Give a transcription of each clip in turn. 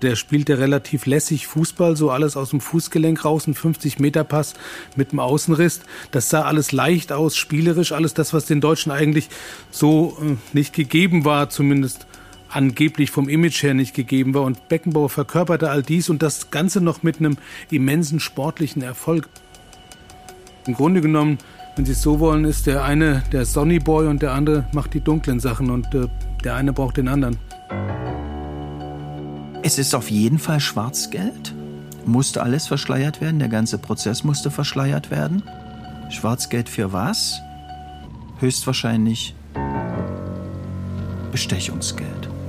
der spielt ja relativ lässig Fußball, so alles aus dem Fußgelenk raus, ein 50-Meter-Pass mit dem Außenriss. Das sah alles leicht aus, spielerisch, alles das, was den Deutschen eigentlich so nicht gegeben war, zumindest angeblich vom Image her nicht gegeben war. Und Beckenbauer verkörperte all dies und das Ganze noch mit einem immensen sportlichen Erfolg. Im Grunde genommen, wenn Sie es so wollen, ist der eine der Sonny Boy und der andere macht die dunklen Sachen und der eine braucht den anderen. Es ist auf jeden Fall Schwarzgeld. Musste alles verschleiert werden, der ganze Prozess musste verschleiert werden. Schwarzgeld für was? Höchstwahrscheinlich Bestechungsgeld.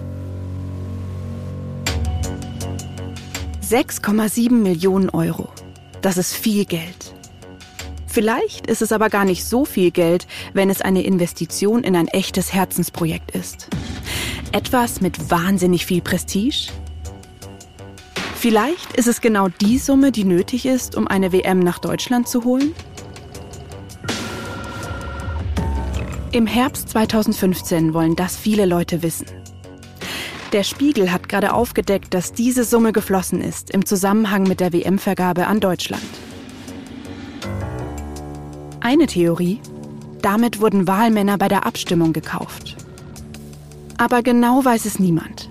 6,7 Millionen Euro. Das ist viel Geld. Vielleicht ist es aber gar nicht so viel Geld, wenn es eine Investition in ein echtes Herzensprojekt ist. Etwas mit wahnsinnig viel Prestige? Vielleicht ist es genau die Summe, die nötig ist, um eine WM nach Deutschland zu holen? Im Herbst 2015 wollen das viele Leute wissen. Der Spiegel hat gerade aufgedeckt, dass diese Summe geflossen ist im Zusammenhang mit der WM-Vergabe an Deutschland. Eine Theorie: Damit wurden Wahlmänner bei der Abstimmung gekauft. Aber genau weiß es niemand.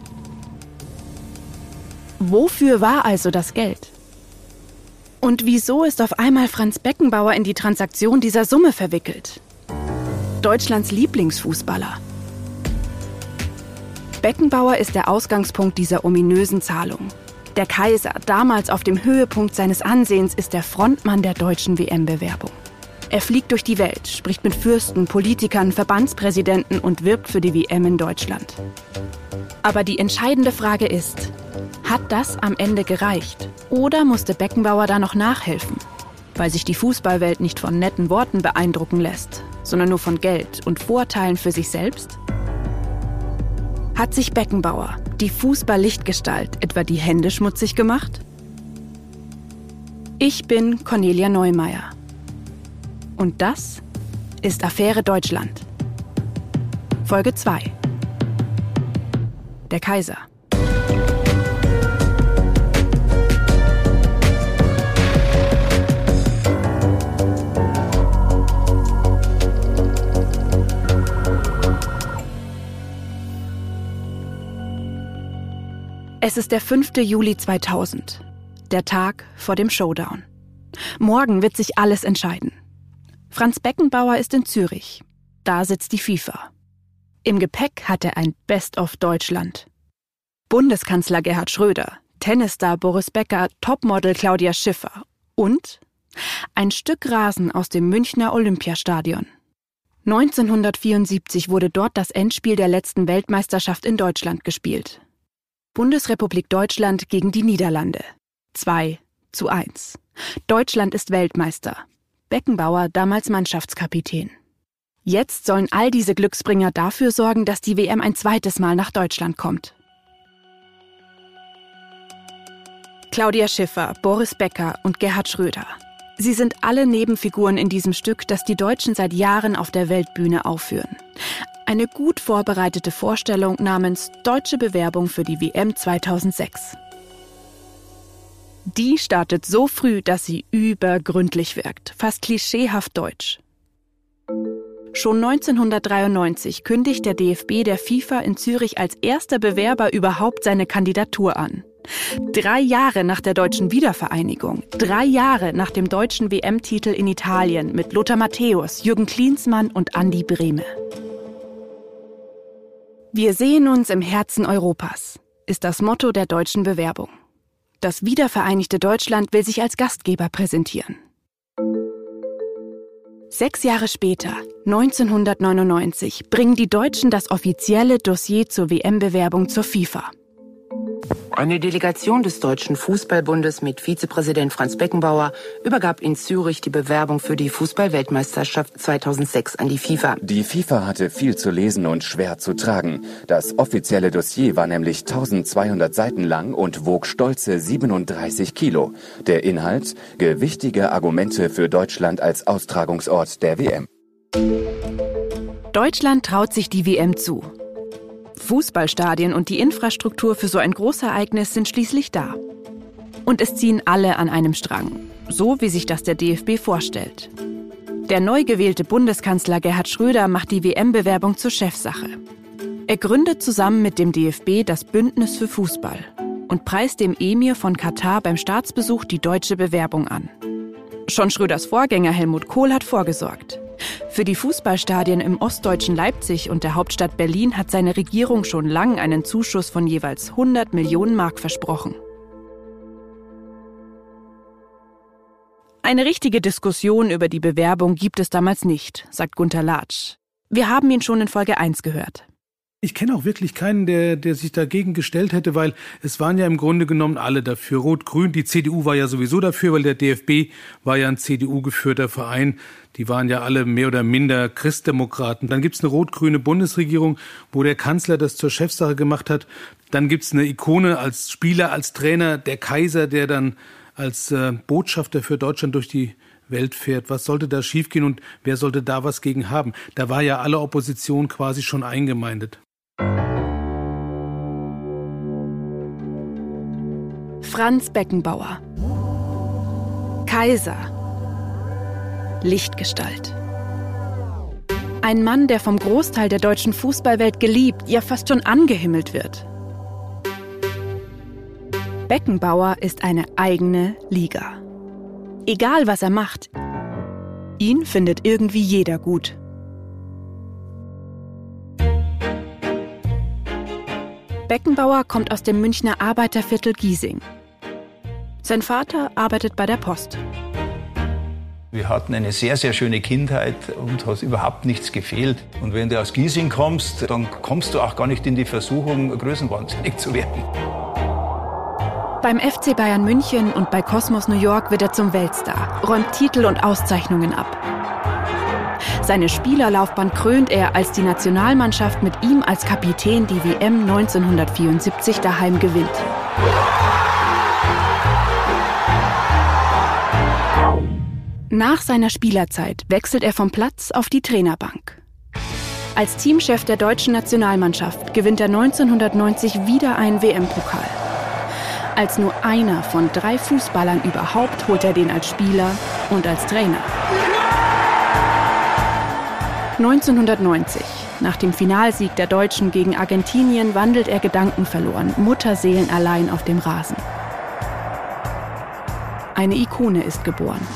Wofür war also das Geld? Und wieso ist auf einmal Franz Beckenbauer in die Transaktion dieser Summe verwickelt? Deutschlands Lieblingsfußballer. Beckenbauer ist der Ausgangspunkt dieser ominösen Zahlung. Der Kaiser, damals auf dem Höhepunkt seines Ansehens, ist der Frontmann der deutschen WM-Bewerbung. Er fliegt durch die Welt, spricht mit Fürsten, Politikern, Verbandspräsidenten und wirbt für die WM in Deutschland. Aber die entscheidende Frage ist: Hat das am Ende gereicht? Oder musste Beckenbauer da noch nachhelfen? Weil sich die Fußballwelt nicht von netten Worten beeindrucken lässt, sondern nur von Geld und Vorteilen für sich selbst? Hat sich Beckenbauer, die Fußball-Lichtgestalt, etwa die Hände schmutzig gemacht? Ich bin Cornelia Neumeier. Und das ist Affäre Deutschland. Folge 2. Der Kaiser. Es ist der 5. Juli 2000, der Tag vor dem Showdown. Morgen wird sich alles entscheiden. Franz Beckenbauer ist in Zürich. Da sitzt die FIFA. Im Gepäck hat er ein Best of Deutschland. Bundeskanzler Gerhard Schröder, Tennisstar Boris Becker, Topmodel Claudia Schiffer und ein Stück Rasen aus dem Münchner Olympiastadion. 1974 wurde dort das Endspiel der letzten Weltmeisterschaft in Deutschland gespielt. Bundesrepublik Deutschland gegen die Niederlande. 2:1. Deutschland ist Weltmeister. Beckenbauer damals Mannschaftskapitän. Jetzt sollen all diese Glücksbringer dafür sorgen, dass die WM ein zweites Mal nach Deutschland kommt. Claudia Schiffer, Boris Becker und Gerhard Schröder. Sie sind alle Nebenfiguren in diesem Stück, das die Deutschen seit Jahren auf der Weltbühne aufführen. Eine gut vorbereitete Vorstellung namens Deutsche Bewerbung für die WM 2006. Die startet so früh, dass sie übergründlich wirkt, fast klischeehaft deutsch. Schon 1993 kündigt der DFB der FIFA in Zürich als erster Bewerber überhaupt seine Kandidatur an. 3 Jahre nach der deutschen Wiedervereinigung, 3 Jahre nach dem deutschen WM-Titel in Italien mit Lothar Matthäus, Jürgen Klinsmann und Andi Brehme. Wir sehen uns im Herzen Europas, ist das Motto der deutschen Bewerbung. Das wiedervereinigte Deutschland will sich als Gastgeber präsentieren. 6 Jahre später, 1999, bringen die Deutschen das offizielle Dossier zur WM-Bewerbung zur FIFA. Eine Delegation des Deutschen Fußballbundes mit Vizepräsident Franz Beckenbauer übergab in Zürich die Bewerbung für die Fußball-Weltmeisterschaft 2006 an die FIFA. Die FIFA hatte viel zu lesen und schwer zu tragen. Das offizielle Dossier war nämlich 1200 Seiten lang und wog stolze 37 Kilo. Der Inhalt: gewichtige Argumente für Deutschland als Austragungsort der WM. Deutschland traut sich die WM zu. Fußballstadien und die Infrastruktur für so ein Großereignis sind schließlich da. Und es ziehen alle an einem Strang, so wie sich das der DFB vorstellt. Der neu gewählte Bundeskanzler Gerhard Schröder macht die WM-Bewerbung zur Chefsache. Er gründet zusammen mit dem DFB das Bündnis für Fußball und preist dem Emir von Katar beim Staatsbesuch die deutsche Bewerbung an. Schon Schröders Vorgänger Helmut Kohl hat vorgesorgt. Für die Fußballstadien im ostdeutschen Leipzig und der Hauptstadt Berlin hat seine Regierung schon lang einen Zuschuss von jeweils 100 Millionen Mark versprochen. Eine richtige Diskussion über die Bewerbung gibt es damals nicht, sagt Gunter Latsch. Wir haben ihn schon in Folge 1 gehört. Ich kenne auch wirklich keinen, der sich dagegen gestellt hätte, weil es waren ja im Grunde genommen alle dafür. Rot-Grün, die CDU war ja sowieso dafür, weil der DFB war ja ein CDU-geführter Verein. Die waren ja alle mehr oder minder Christdemokraten. Dann gibt's eine rot-grüne Bundesregierung, wo der Kanzler das zur Chefsache gemacht hat. Dann gibt's eine Ikone als Spieler, als Trainer, der Kaiser, der dann als Botschafter für Deutschland durch die Welt fährt. Was sollte da schiefgehen und wer sollte da was gegen haben? Da war ja alle Opposition quasi schon eingemeindet. Franz Beckenbauer. Kaiser. Lichtgestalt. Ein Mann, der vom Großteil der deutschen Fußballwelt geliebt, ja fast schon angehimmelt wird. Beckenbauer ist eine eigene Liga. Egal, was er macht, ihn findet irgendwie jeder gut. Beckenbauer kommt aus dem Münchner Arbeiterviertel Giesing. Sein Vater arbeitet bei der Post. Wir hatten eine sehr, sehr schöne Kindheit und hat überhaupt nichts gefehlt. Und wenn du aus Giesing kommst, dann kommst du auch gar nicht in die Versuchung, größenwahnsinnig zu werden. Beim FC Bayern München und bei Cosmos New York wird er zum Weltstar, räumt Titel und Auszeichnungen ab. Seine Spielerlaufbahn krönt er, als die Nationalmannschaft mit ihm als Kapitän die WM 1974 daheim gewinnt. Nach seiner Spielerzeit wechselt er vom Platz auf die Trainerbank. Als Teamchef der deutschen Nationalmannschaft gewinnt er 1990 wieder einen WM-Pokal. Als nur einer von 3 Fußballern überhaupt holt er den als Spieler und als Trainer. 1990, nach dem Finalsieg der Deutschen gegen Argentinien, wandelt er gedankenverloren, mutterseelenallein auf dem Rasen. Eine Ikone ist geboren.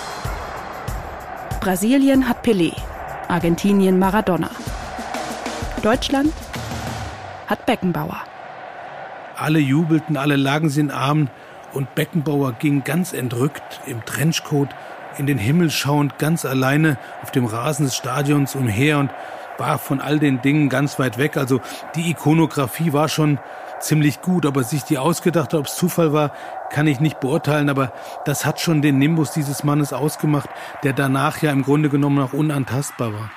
Brasilien hat Pelé, Argentinien Maradona. Deutschland hat Beckenbauer. Alle jubelten, alle lagen sie in Armen und Beckenbauer ging ganz entrückt im Trenchcoat in den Himmel schauend, ganz alleine auf dem Rasen des Stadions umher und war von all den Dingen ganz weit weg. Also die Ikonografie war schon ziemlich gut, ob er sich die ausgedacht hat, ob es Zufall war, kann ich nicht beurteilen, aber das hat schon den Nimbus dieses Mannes ausgemacht, der danach ja im Grunde genommen auch unantastbar war.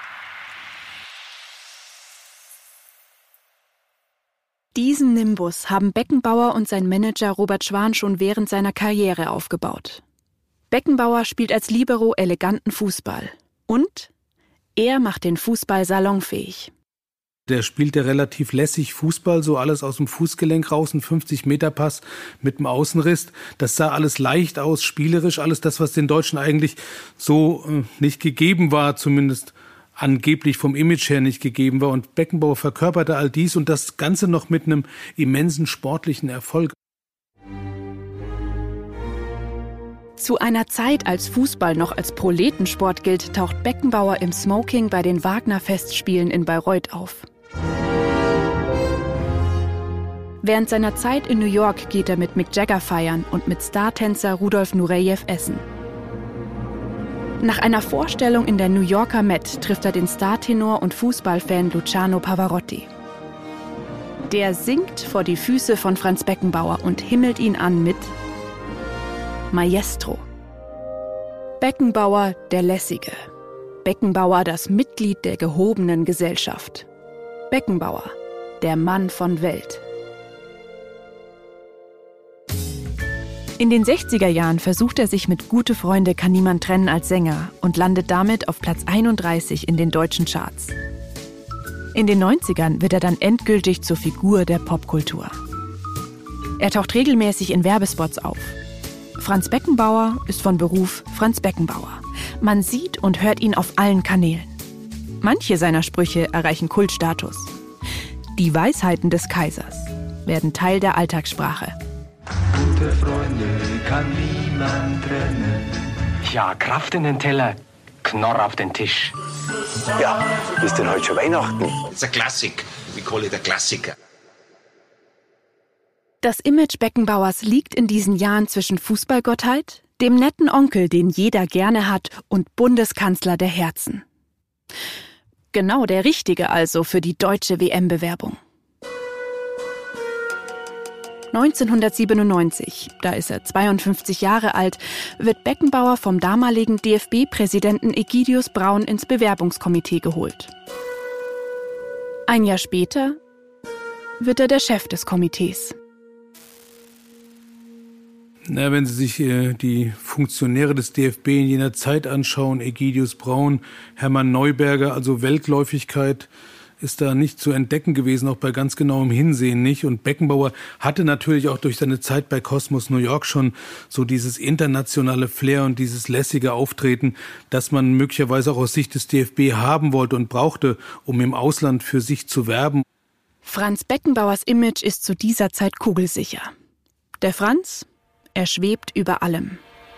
Diesen Nimbus haben Beckenbauer und sein Manager Robert Schwan schon während seiner Karriere aufgebaut. Beckenbauer spielt als Libero eleganten Fußball. Und er macht den Fußball salonfähig. Der spielte relativ lässig Fußball, so alles aus dem Fußgelenk raus, ein 50-Meter-Pass mit dem Außenriss. Das sah alles leicht aus, spielerisch, alles das, was den Deutschen eigentlich so nicht gegeben war, zumindest angeblich vom Image her nicht gegeben war. Und Beckenbauer verkörperte all dies und das Ganze noch mit einem immensen sportlichen Erfolg. Zu einer Zeit, als Fußball noch als Proletensport gilt, taucht Beckenbauer im Smoking bei den Wagner-Festspielen in Bayreuth auf. Während seiner Zeit in New York geht er mit Mick Jagger feiern und mit Startänzer Rudolf Nureyev essen. Nach einer Vorstellung in der New Yorker Met trifft er den Startenor und Fußballfan Luciano Pavarotti. Der sinkt vor die Füße von Franz Beckenbauer und himmelt ihn an mit Maestro. Beckenbauer, der Lässige. Beckenbauer, das Mitglied der gehobenen Gesellschaft. Beckenbauer, der Mann von Welt. In den 60er Jahren versucht er sich mit Gute Freunde kann niemand trennen als Sänger und landet damit auf Platz 31 in den deutschen Charts. In den 90ern wird er dann endgültig zur Figur der Popkultur. Er taucht regelmäßig in Werbespots auf. Franz Beckenbauer ist von Beruf Franz Beckenbauer. Man sieht und hört ihn auf allen Kanälen. Manche seiner Sprüche erreichen Kultstatus. Die Weisheiten des Kaisers werden Teil der Alltagssprache. Gute Freunde kann niemand trennen. Ja, Kraft in den Teller, Knorr auf den Tisch. Ja, ist denn heute schon Weihnachten? Das ist ein Klassik. We call it a Klassiker. Das Image Beckenbauers liegt in diesen Jahren zwischen Fußballgottheit, dem netten Onkel, den jeder gerne hat, und Bundeskanzler der Herzen. Genau der Richtige also für die deutsche WM-Bewerbung. 1997, da ist er 52 Jahre alt, wird Beckenbauer vom damaligen DFB-Präsidenten Egidius Braun ins Bewerbungskomitee geholt. Ein Jahr später wird er der Chef des Komitees. Na, wenn Sie sich die Funktionäre des DFB in jener Zeit anschauen, Egidius Braun, Hermann Neuberger, also Weltläufigkeit ist da nicht zu entdecken gewesen, auch bei ganz genauem Hinsehen nicht. Und Beckenbauer hatte natürlich auch durch seine Zeit bei Cosmos New York schon so dieses internationale Flair und dieses lässige Auftreten, das man möglicherweise auch aus Sicht des DFB haben wollte und brauchte, um im Ausland für sich zu werben. Franz Beckenbauers Image ist zu dieser Zeit kugelsicher. Der Franz, er schwebt über allem.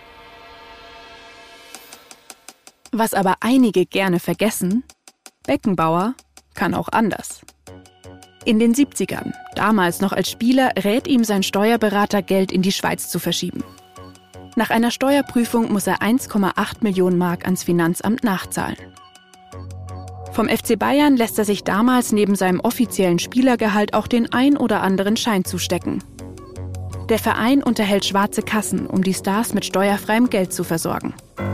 Was aber einige gerne vergessen, Beckenbauer kann auch anders. In den 70ern, damals noch als Spieler, rät ihm sein Steuerberater, Geld in die Schweiz zu verschieben. Nach einer Steuerprüfung muss er 1,8 Millionen Mark ans Finanzamt nachzahlen. Vom FC Bayern lässt er sich damals neben seinem offiziellen Spielergehalt auch den ein oder anderen Schein zustecken. Der Verein unterhält schwarze Kassen, um die Stars mit steuerfreiem Geld zu versorgen.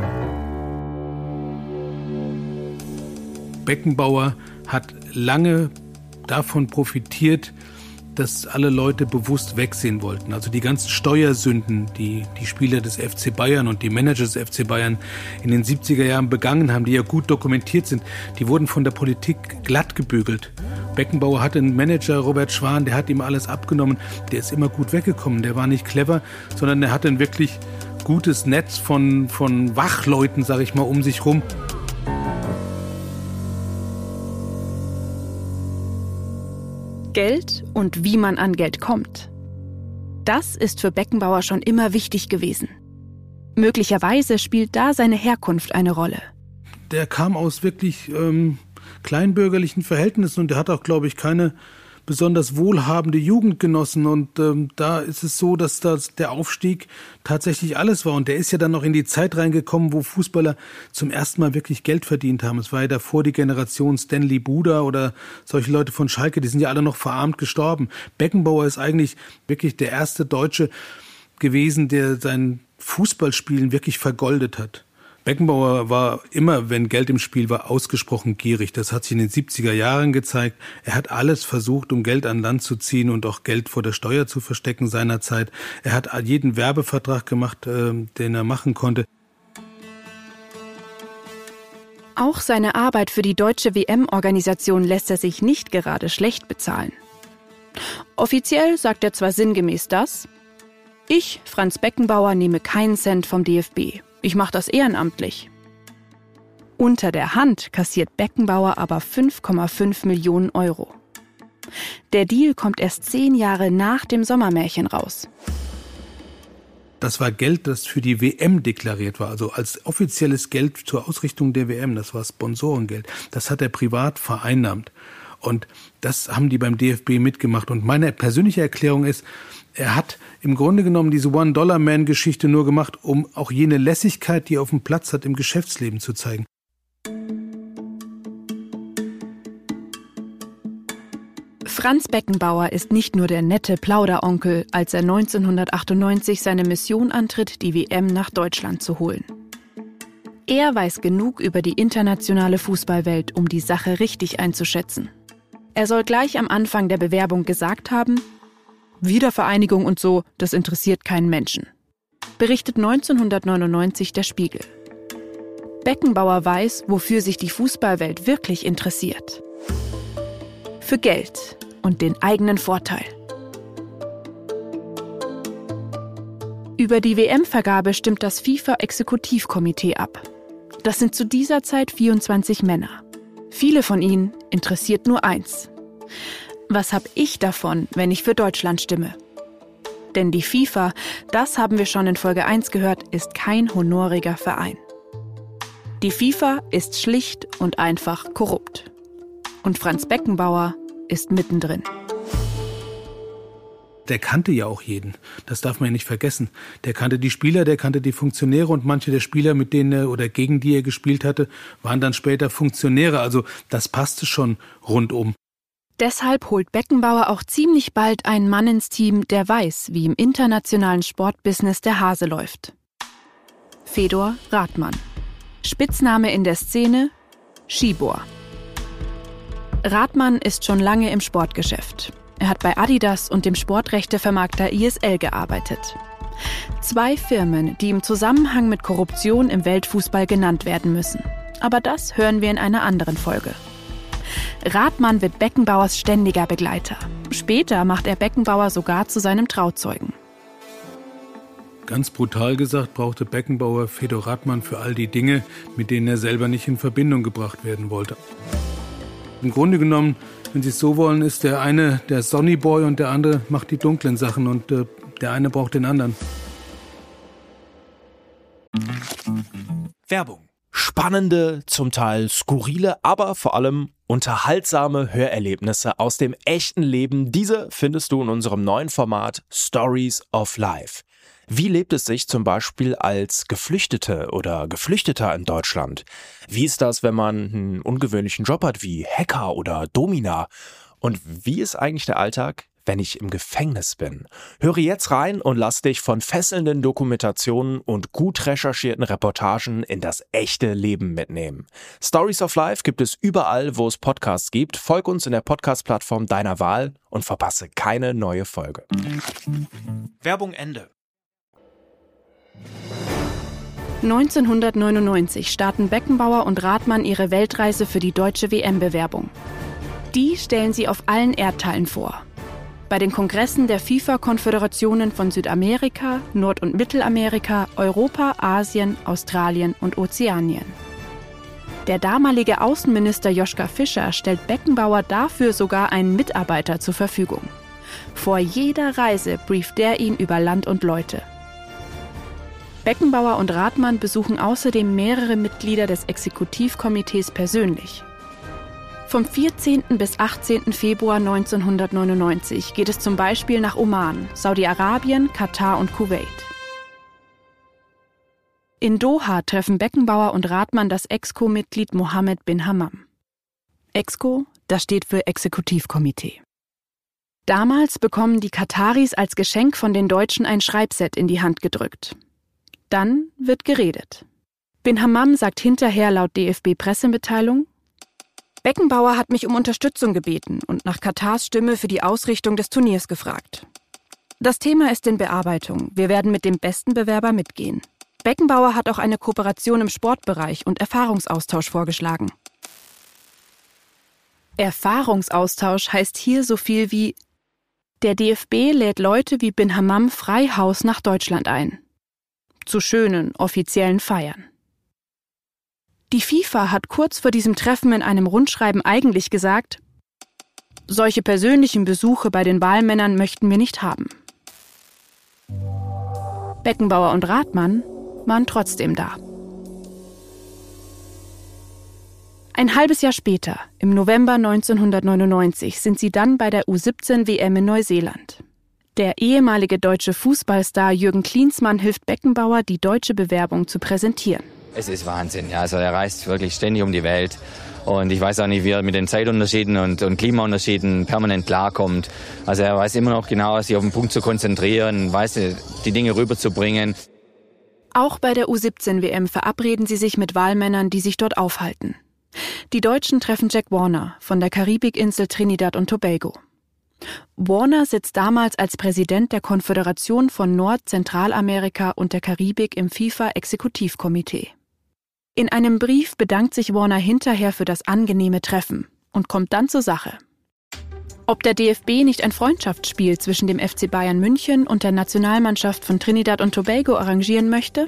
Beckenbauer hat lange davon profitiert, dass alle Leute bewusst wegsehen wollten. Also die ganzen Steuersünden, die die Spieler des FC Bayern und die Manager des FC Bayern in den 70er Jahren begangen haben, die ja gut dokumentiert sind, die wurden von der Politik glatt gebügelt. Beckenbauer hatte einen Manager, Robert Schwan, der hat ihm alles abgenommen. Der ist immer gut weggekommen. Der war nicht clever, sondern der hatte ein wirklich gutes Netz von Wachleuten, sag ich mal, um sich rum. Geld und wie man an Geld kommt. Das ist für Beckenbauer schon immer wichtig gewesen. Möglicherweise spielt da seine Herkunft eine Rolle. Der kam aus wirklich kleinbürgerlichen Verhältnissen und der hat auch, glaube ich, keine besonders wohlhabende Jugend genossen. Und da ist es so, dass der Aufstieg tatsächlich alles war. Und der ist ja dann noch in die Zeit reingekommen, wo Fußballer zum ersten Mal wirklich Geld verdient haben. Es war ja davor die Generation Stanley Buda oder solche Leute von Schalke, die sind ja alle noch verarmt gestorben. Beckenbauer ist eigentlich wirklich der erste Deutsche gewesen, der sein Fußballspielen wirklich vergoldet hat. Beckenbauer war immer, wenn Geld im Spiel war, ausgesprochen gierig. Das hat sich in den 70er Jahren gezeigt. Er hat alles versucht, um Geld an Land zu ziehen und auch Geld vor der Steuer zu verstecken seinerzeit. Er hat jeden Werbevertrag gemacht, den er machen konnte. Auch seine Arbeit für die deutsche WM-Organisation lässt er sich nicht gerade schlecht bezahlen. Offiziell sagt er zwar sinngemäß das: Ich, Franz Beckenbauer, nehme keinen Cent vom DFB. Ich mache das ehrenamtlich. Unter der Hand kassiert Beckenbauer aber 5,5 Millionen Euro. Der Deal kommt erst 10 Jahre nach dem Sommermärchen raus. Das war Geld, das für die WM deklariert war, also als offizielles Geld zur Ausrichtung der WM. Das war Sponsorengeld. Das hat er privat vereinnahmt. Und das haben die beim DFB mitgemacht. Und meine persönliche Erklärung ist, er hat im Grunde genommen diese One-Dollar-Man-Geschichte nur gemacht, um auch jene Lässigkeit, die er auf dem Platz hat, im Geschäftsleben zu zeigen. Franz Beckenbauer ist nicht nur der nette Plauderonkel, als er 1998 seine Mission antritt, die WM nach Deutschland zu holen. Er weiß genug über die internationale Fußballwelt, um die Sache richtig einzuschätzen. Er soll gleich am Anfang der Bewerbung gesagt haben: Wiedervereinigung und so, das interessiert keinen Menschen. Berichtet 1999 der Spiegel. Beckenbauer weiß, wofür sich die Fußballwelt wirklich interessiert. Für Geld und den eigenen Vorteil. Über die WM-Vergabe stimmt das FIFA-Exekutivkomitee ab. Das sind zu dieser Zeit 24 Männer. Viele von ihnen interessiert nur eins. Was habe ich davon, wenn ich für Deutschland stimme? Denn die FIFA, das haben wir schon in Folge 1 gehört, ist kein honoriger Verein. Die FIFA ist schlicht und einfach korrupt. Und Franz Beckenbauer ist mittendrin. Der kannte ja auch jeden. Das darf man ja nicht vergessen. Der kannte die Spieler, der kannte die Funktionäre und manche der Spieler, mit denen er oder gegen die er gespielt hatte, waren dann später Funktionäre. Also das passte schon rundum. Deshalb holt Beckenbauer auch ziemlich bald einen Mann ins Team, der weiß, wie im internationalen Sportbusiness der Hase läuft. Fedor Rathmann. Spitzname in der Szene: Schibor. Rathmann ist schon lange im Sportgeschäft. Er hat bei Adidas und dem Sportrechtevermarkter ISL gearbeitet. 2 Firmen, die im Zusammenhang mit Korruption im Weltfußball genannt werden müssen. Aber das hören wir in einer anderen Folge. Rathmann wird Beckenbauers ständiger Begleiter. Später macht er Beckenbauer sogar zu seinem Trauzeugen. Ganz brutal gesagt brauchte Beckenbauer Fedor Rathmann für all die Dinge, mit denen er selber nicht in Verbindung gebracht werden wollte. Im Grunde genommen, wenn Sie es so wollen, ist der eine der Sonnyboy und der andere macht die dunklen Sachen und der eine braucht den anderen. Werbung. Spannende, zum Teil skurrile, aber vor allem unterhaltsame Hörerlebnisse aus dem echten Leben. Diese findest du in unserem neuen Format Stories of Life. Wie lebt es sich zum Beispiel als Geflüchtete oder Geflüchteter in Deutschland? Wie ist das, wenn man einen ungewöhnlichen Job hat wie Hacker oder Domina? Und wie ist eigentlich der Alltag, wenn ich im Gefängnis bin? Höre jetzt rein und lass dich von fesselnden Dokumentationen und gut recherchierten Reportagen in das echte Leben mitnehmen. Stories of Life gibt es überall, wo es Podcasts gibt. Folg uns in der Podcast-Plattform deiner Wahl und verpasse keine neue Folge. Werbung Ende. 1999 starten Beckenbauer und Rathmann ihre Weltreise für die deutsche WM-Bewerbung. Die stellen sie auf allen Erdteilen vor. Bei den Kongressen der FIFA-Konföderationen von Südamerika, Nord- und Mittelamerika, Europa, Asien, Australien und Ozeanien. Der damalige Außenminister Joschka Fischer stellt Beckenbauer dafür sogar einen Mitarbeiter zur Verfügung. Vor jeder Reise brieft der ihn über Land und Leute. Beckenbauer und Rathmann besuchen außerdem mehrere Mitglieder des Exekutivkomitees persönlich. Vom 14. bis 18. Februar 1999 geht es zum Beispiel nach Oman, Saudi-Arabien, Katar und Kuwait. In Doha treffen Beckenbauer und Rathmann das EXCO-Mitglied Mohammed bin Hammam. EXCO, das steht für Exekutivkomitee. Damals bekommen die Kataris als Geschenk von den Deutschen ein Schreibset in die Hand gedrückt. Dann wird geredet. Bin Hammam sagt hinterher laut DFB-Pressemitteilung: Beckenbauer hat mich um Unterstützung gebeten und nach Katars Stimme für die Ausrichtung des Turniers gefragt. Das Thema ist in Bearbeitung. Wir werden mit dem besten Bewerber mitgehen. Beckenbauer hat auch eine Kooperation im Sportbereich und Erfahrungsaustausch vorgeschlagen. Erfahrungsaustausch heißt hier so viel wie: Der DFB lädt Leute wie Bin Hammam frei Haus nach Deutschland ein. Zu schönen, offiziellen Feiern. Die FIFA hat kurz vor diesem Treffen in einem Rundschreiben eigentlich gesagt: Solche persönlichen Besuche bei den Wahlmännern möchten wir nicht haben. Beckenbauer und Rathmann waren trotzdem da. Ein halbes Jahr später, im November 1999, sind sie dann bei der U17-WM in Neuseeland. Der ehemalige deutsche Fußballstar Jürgen Klinsmann hilft Beckenbauer, die deutsche Bewerbung zu präsentieren. Es ist Wahnsinn. Ja, also er reist wirklich ständig um die Welt. Und ich weiß auch nicht, wie er mit den Zeitunterschieden und Klimaunterschieden permanent klarkommt. Also er weiß immer noch genau, sich auf den Punkt zu konzentrieren, weiß die Dinge rüberzubringen. Auch bei der U17-WM verabreden sie sich mit Wahlmännern, die sich dort aufhalten. Die Deutschen treffen Jack Warner von der Karibikinsel Trinidad und Tobago. Warner sitzt damals als Präsident der Konföderation von Nord-, Zentralamerika und der Karibik im FIFA-Exekutivkomitee. In einem Brief bedankt sich Warner hinterher für das angenehme Treffen und kommt dann zur Sache. Ob der DFB nicht ein Freundschaftsspiel zwischen dem FC Bayern München und der Nationalmannschaft von Trinidad und Tobago arrangieren möchte?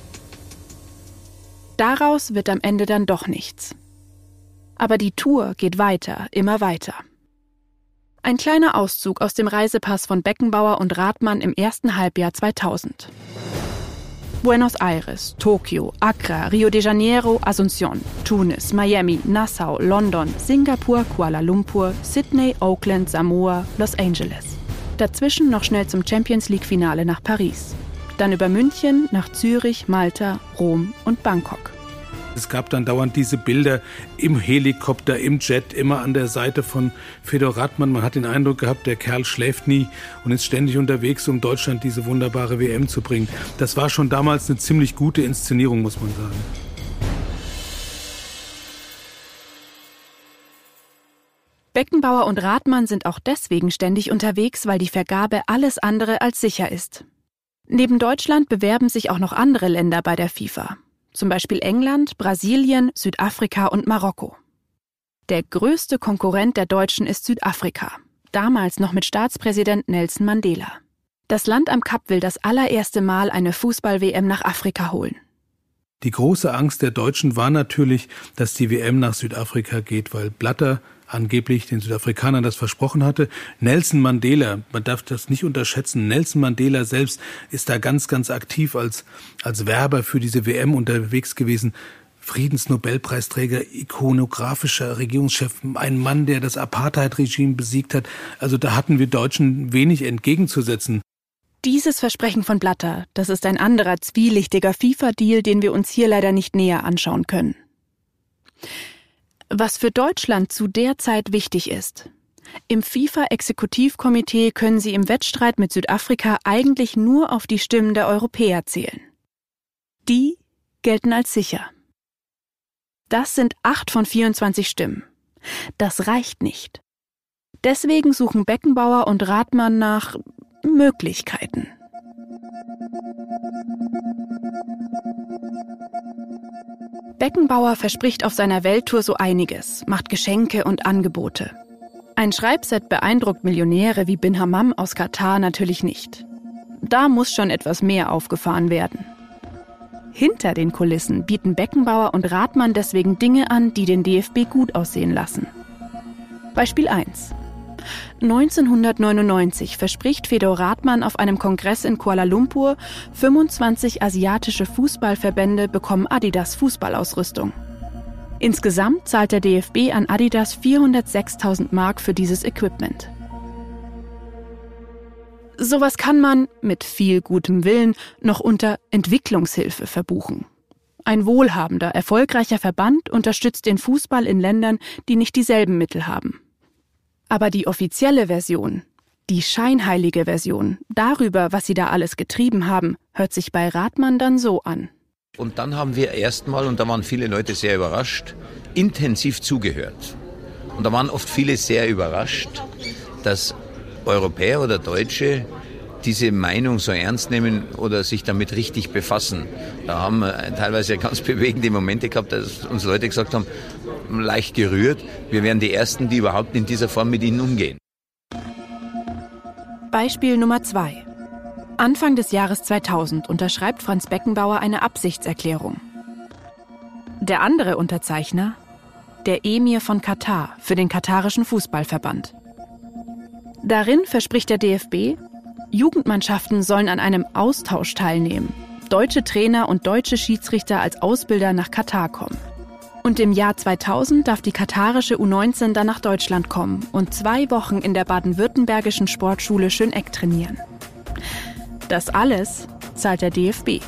Daraus wird am Ende dann doch nichts. Aber die Tour geht weiter, immer weiter. Ein kleiner Auszug aus dem Reisepass von Beckenbauer und Rathmann im ersten Halbjahr 2000. Buenos Aires, Tokio, Accra, Rio de Janeiro, Asunción, Tunis, Miami, Nassau, London, Singapur, Kuala Lumpur, Sydney, Oakland, Samoa, Los Angeles. Dazwischen noch schnell zum Champions-League-Finale nach Paris. Dann über München nach Zürich, Malta, Rom und Bangkok. Es gab dann dauernd diese Bilder im Helikopter, im Jet, immer an der Seite von Fedor Rathmann. Man hat den Eindruck gehabt, der Kerl schläft nie und ist ständig unterwegs, um Deutschland diese wunderbare WM zu bringen. Das war schon damals eine ziemlich gute Inszenierung, muss man sagen. Beckenbauer und Rathmann sind auch deswegen ständig unterwegs, weil die Vergabe alles andere als sicher ist. Neben Deutschland bewerben sich auch noch andere Länder bei der FIFA. Zum Beispiel England, Brasilien, Südafrika und Marokko. Der größte Konkurrent der Deutschen ist Südafrika, damals noch mit Staatspräsident Nelson Mandela. Das Land am Kap will das allererste Mal eine Fußball-WM nach Afrika holen. Die große Angst der Deutschen war natürlich, dass die WM nach Südafrika geht, weil Blatter angeblich den Südafrikanern das versprochen hatte. Nelson Mandela, man darf das nicht unterschätzen, Nelson Mandela selbst ist da ganz, ganz aktiv als Werber für diese WM unterwegs gewesen. Friedensnobelpreisträger, ikonografischer Regierungschef, ein Mann, der das Apartheid-Regime besiegt hat. Also da hatten wir Deutschen wenig entgegenzusetzen. Dieses Versprechen von Blatter, das ist ein anderer zwielichtiger FIFA-Deal, den wir uns hier leider nicht näher anschauen können. Was für Deutschland zu der Zeit wichtig ist: Im FIFA-Exekutivkomitee können sie im Wettstreit mit Südafrika eigentlich nur auf die Stimmen der Europäer zählen. Die gelten als sicher. Das sind 8 von 24 Stimmen. Das reicht nicht. Deswegen suchen Beckenbauer und Rathmann nach Möglichkeiten. Beckenbauer verspricht auf seiner Welttour so einiges, macht Geschenke und Angebote. Ein Schreibset beeindruckt Millionäre wie Bin Hammam aus Katar natürlich nicht. Da muss schon etwas mehr aufgefahren werden. Hinter den Kulissen bieten Beckenbauer und Rathmann deswegen Dinge an, die den DFB gut aussehen lassen. Beispiel 1. 1999 verspricht Fedor Rathmann auf einem Kongress in Kuala Lumpur, 25 asiatische Fußballverbände bekommen Adidas Fußballausrüstung. Insgesamt zahlt der DFB an Adidas 406.000 Mark für dieses Equipment. Sowas kann man, mit viel gutem Willen, noch unter Entwicklungshilfe verbuchen. Ein wohlhabender, erfolgreicher Verband unterstützt den Fußball in Ländern, die nicht dieselben Mittel haben. Aber die offizielle Version, die scheinheilige Version, darüber, was sie da alles getrieben haben, hört sich bei Rathmann dann so an. Und dann haben wir erstmal, und da waren viele Leute sehr überrascht, intensiv zugehört. Und da waren oft viele sehr überrascht, dass Europäer oder Deutsche diese Meinung so ernst nehmen oder sich damit richtig befassen. Da haben wir teilweise ganz bewegende Momente gehabt, dass uns Leute gesagt haben, leicht gerührt, wir wären die Ersten, die überhaupt in dieser Form mit ihnen umgehen. Beispiel Nummer 2. Anfang des Jahres 2000 unterschreibt Franz Beckenbauer eine Absichtserklärung. Der andere Unterzeichner? Der Emir von Katar für den katarischen Fußballverband. Darin verspricht der DFB, Jugendmannschaften sollen an einem Austausch teilnehmen, deutsche Trainer und deutsche Schiedsrichter als Ausbilder nach Katar kommen. Und im Jahr 2000 darf die katarische U19 dann nach Deutschland kommen und 2 Wochen in der baden-württembergischen Sportschule Schöneck trainieren. Das alles zahlt der DFB.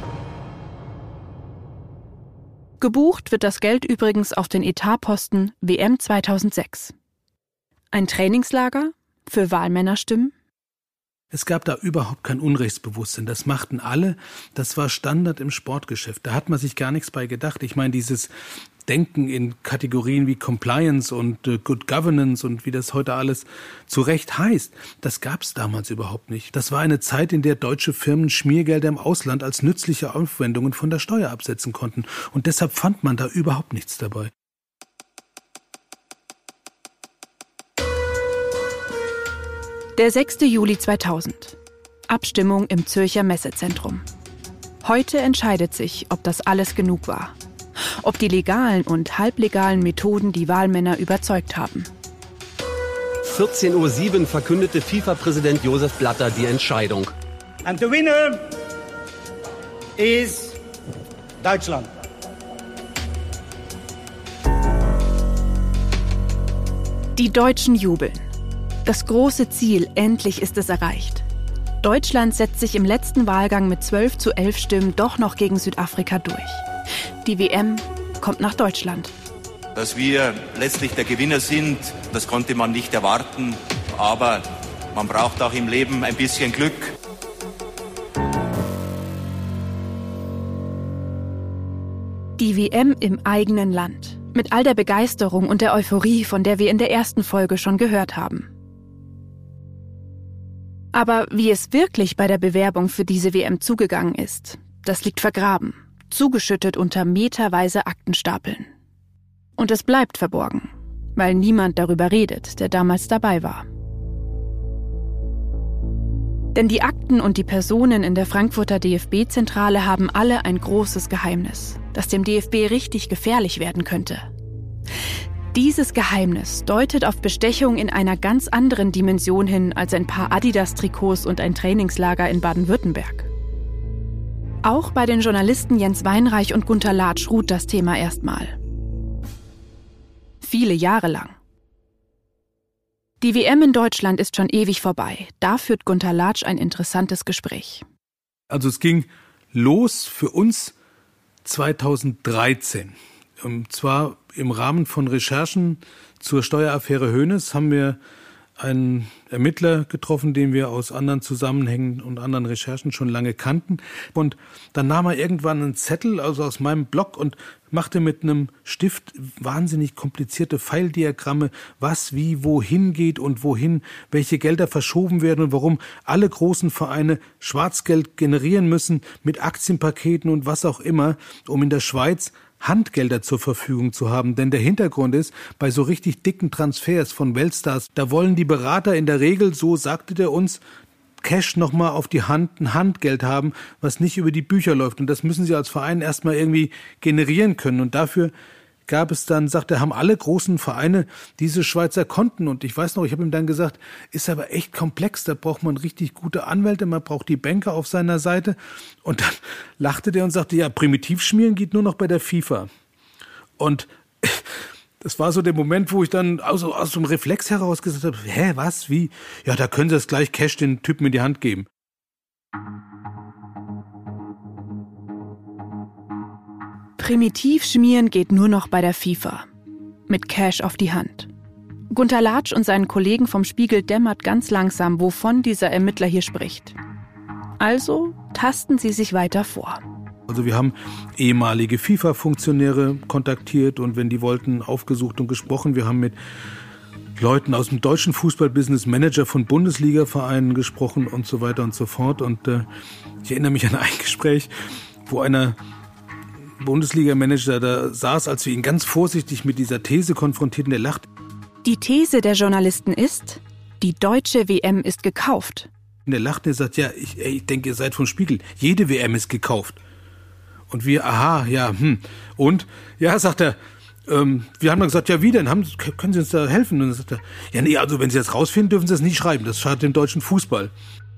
Gebucht wird das Geld übrigens auf den Etatposten WM 2006. Ein Trainingslager für Wahlmännerstimmen? Es gab da überhaupt kein Unrechtsbewusstsein. Das machten alle. Das war Standard im Sportgeschäft. Da hat man sich gar nichts bei gedacht. Ich meine, dieses Denken in Kategorien wie Compliance und Good Governance und wie das heute alles zu Recht heißt, das gab es damals überhaupt nicht. Das war eine Zeit, in der deutsche Firmen Schmiergelder im Ausland als nützliche Aufwendungen von der Steuer absetzen konnten. Und deshalb fand man da überhaupt nichts dabei. Der 6. Juli 2000. Abstimmung im Zürcher Messezentrum. Heute entscheidet sich, ob das alles genug war. Ob die legalen und halblegalen Methoden die Wahlmänner überzeugt haben. 14:07 Uhr verkündete FIFA-Präsident Josef Blatter die Entscheidung. And the winner is Deutschland. Die Deutschen jubeln. Das große Ziel, endlich ist es erreicht. Deutschland setzt sich im letzten Wahlgang mit 12:11 Stimmen doch noch gegen Südafrika durch. Die WM kommt nach Deutschland. Dass wir letztlich der Gewinner sind, das konnte man nicht erwarten. Aber man braucht auch im Leben ein bisschen Glück. Die WM im eigenen Land. Mit all der Begeisterung und der Euphorie, von der wir in der ersten Folge schon gehört haben. Aber wie es wirklich bei der Bewerbung für diese WM zugegangen ist, das liegt vergraben, zugeschüttet unter meterweise Aktenstapeln. Und es bleibt verborgen, weil niemand darüber redet, der damals dabei war. Denn die Akten und die Personen in der Frankfurter DFB-Zentrale haben alle ein großes Geheimnis, das dem DFB richtig gefährlich werden könnte. Dieses Geheimnis deutet auf Bestechung in einer ganz anderen Dimension hin als ein paar Adidas-Trikots und ein Trainingslager in Baden-Württemberg. Auch bei den Journalisten Jens Weinreich und Gunter Latsch ruht das Thema erstmal. Viele Jahre lang. Die WM in Deutschland ist schon ewig vorbei. Da führt Gunter Latsch ein interessantes Gespräch. Also es ging los für uns 2013. Und zwar im Rahmen von Recherchen zur Steueraffäre Hoeneß haben wir einen Ermittler getroffen, den wir aus anderen Zusammenhängen und anderen Recherchen schon lange kannten. Und dann nahm er irgendwann einen Zettel, also aus meinem Blog, und machte mit einem Stift wahnsinnig komplizierte Pfeildiagramme, was wie wohin geht und wohin welche Gelder verschoben werden und warum alle großen Vereine Schwarzgeld generieren müssen mit Aktienpaketen und was auch immer, um in der Schweiz Handgelder zur Verfügung zu haben. Denn der Hintergrund ist, bei so richtig dicken Transfers von Weltstars, da wollen die Berater in der Regel, so sagte der uns, Cash nochmal auf die Hand, ein Handgeld haben, was nicht über die Bücher läuft. Und das müssen sie als Verein erstmal irgendwie generieren können. Und dafür gab es dann, sagt er, haben alle großen Vereine diese Schweizer Konten. Und ich weiß noch, ich habe ihm dann gesagt, ist aber echt komplex, da braucht man richtig gute Anwälte, man braucht die Banker auf seiner Seite. Und dann lachte der und sagte, ja, Primitivschmieren geht nur noch bei der FIFA. Und das war so der Moment, wo ich dann aus dem Reflex heraus gesagt habe, hä, was, wie? Ja, da können Sie das gleich Cash den Typen in die Hand geben. Primitivschmieren geht nur noch bei der FIFA. Mit Cash auf die Hand. Gunter Latsch und seinen Kollegen vom Spiegel dämmert ganz langsam, wovon dieser Ermittler hier spricht. Also tasten sie sich weiter vor. Also wir haben ehemalige FIFA-Funktionäre kontaktiert und wenn die wollten, aufgesucht und gesprochen. Wir haben mit Leuten aus dem deutschen Fußballbusiness, Manager von Bundesliga-Vereinen gesprochen und so weiter und so fort. Und ich erinnere mich an ein Gespräch, wo einer Bundesliga-Manager da saß, als wir ihn ganz vorsichtig mit dieser These konfrontierten, der lacht. Die These der Journalisten ist, die deutsche WM ist gekauft. Und der lacht und sagt, ja, ich denke, ihr seid vom Spiegel. Jede WM ist gekauft. Und wir, aha, ja, Und? Ja, sagt er, wir haben dann gesagt, ja, wie denn? Können Sie uns da helfen? Und dann sagt er, ja, nee, also wenn Sie das rausfinden, dürfen Sie das nicht schreiben. Das schadet dem deutschen Fußball.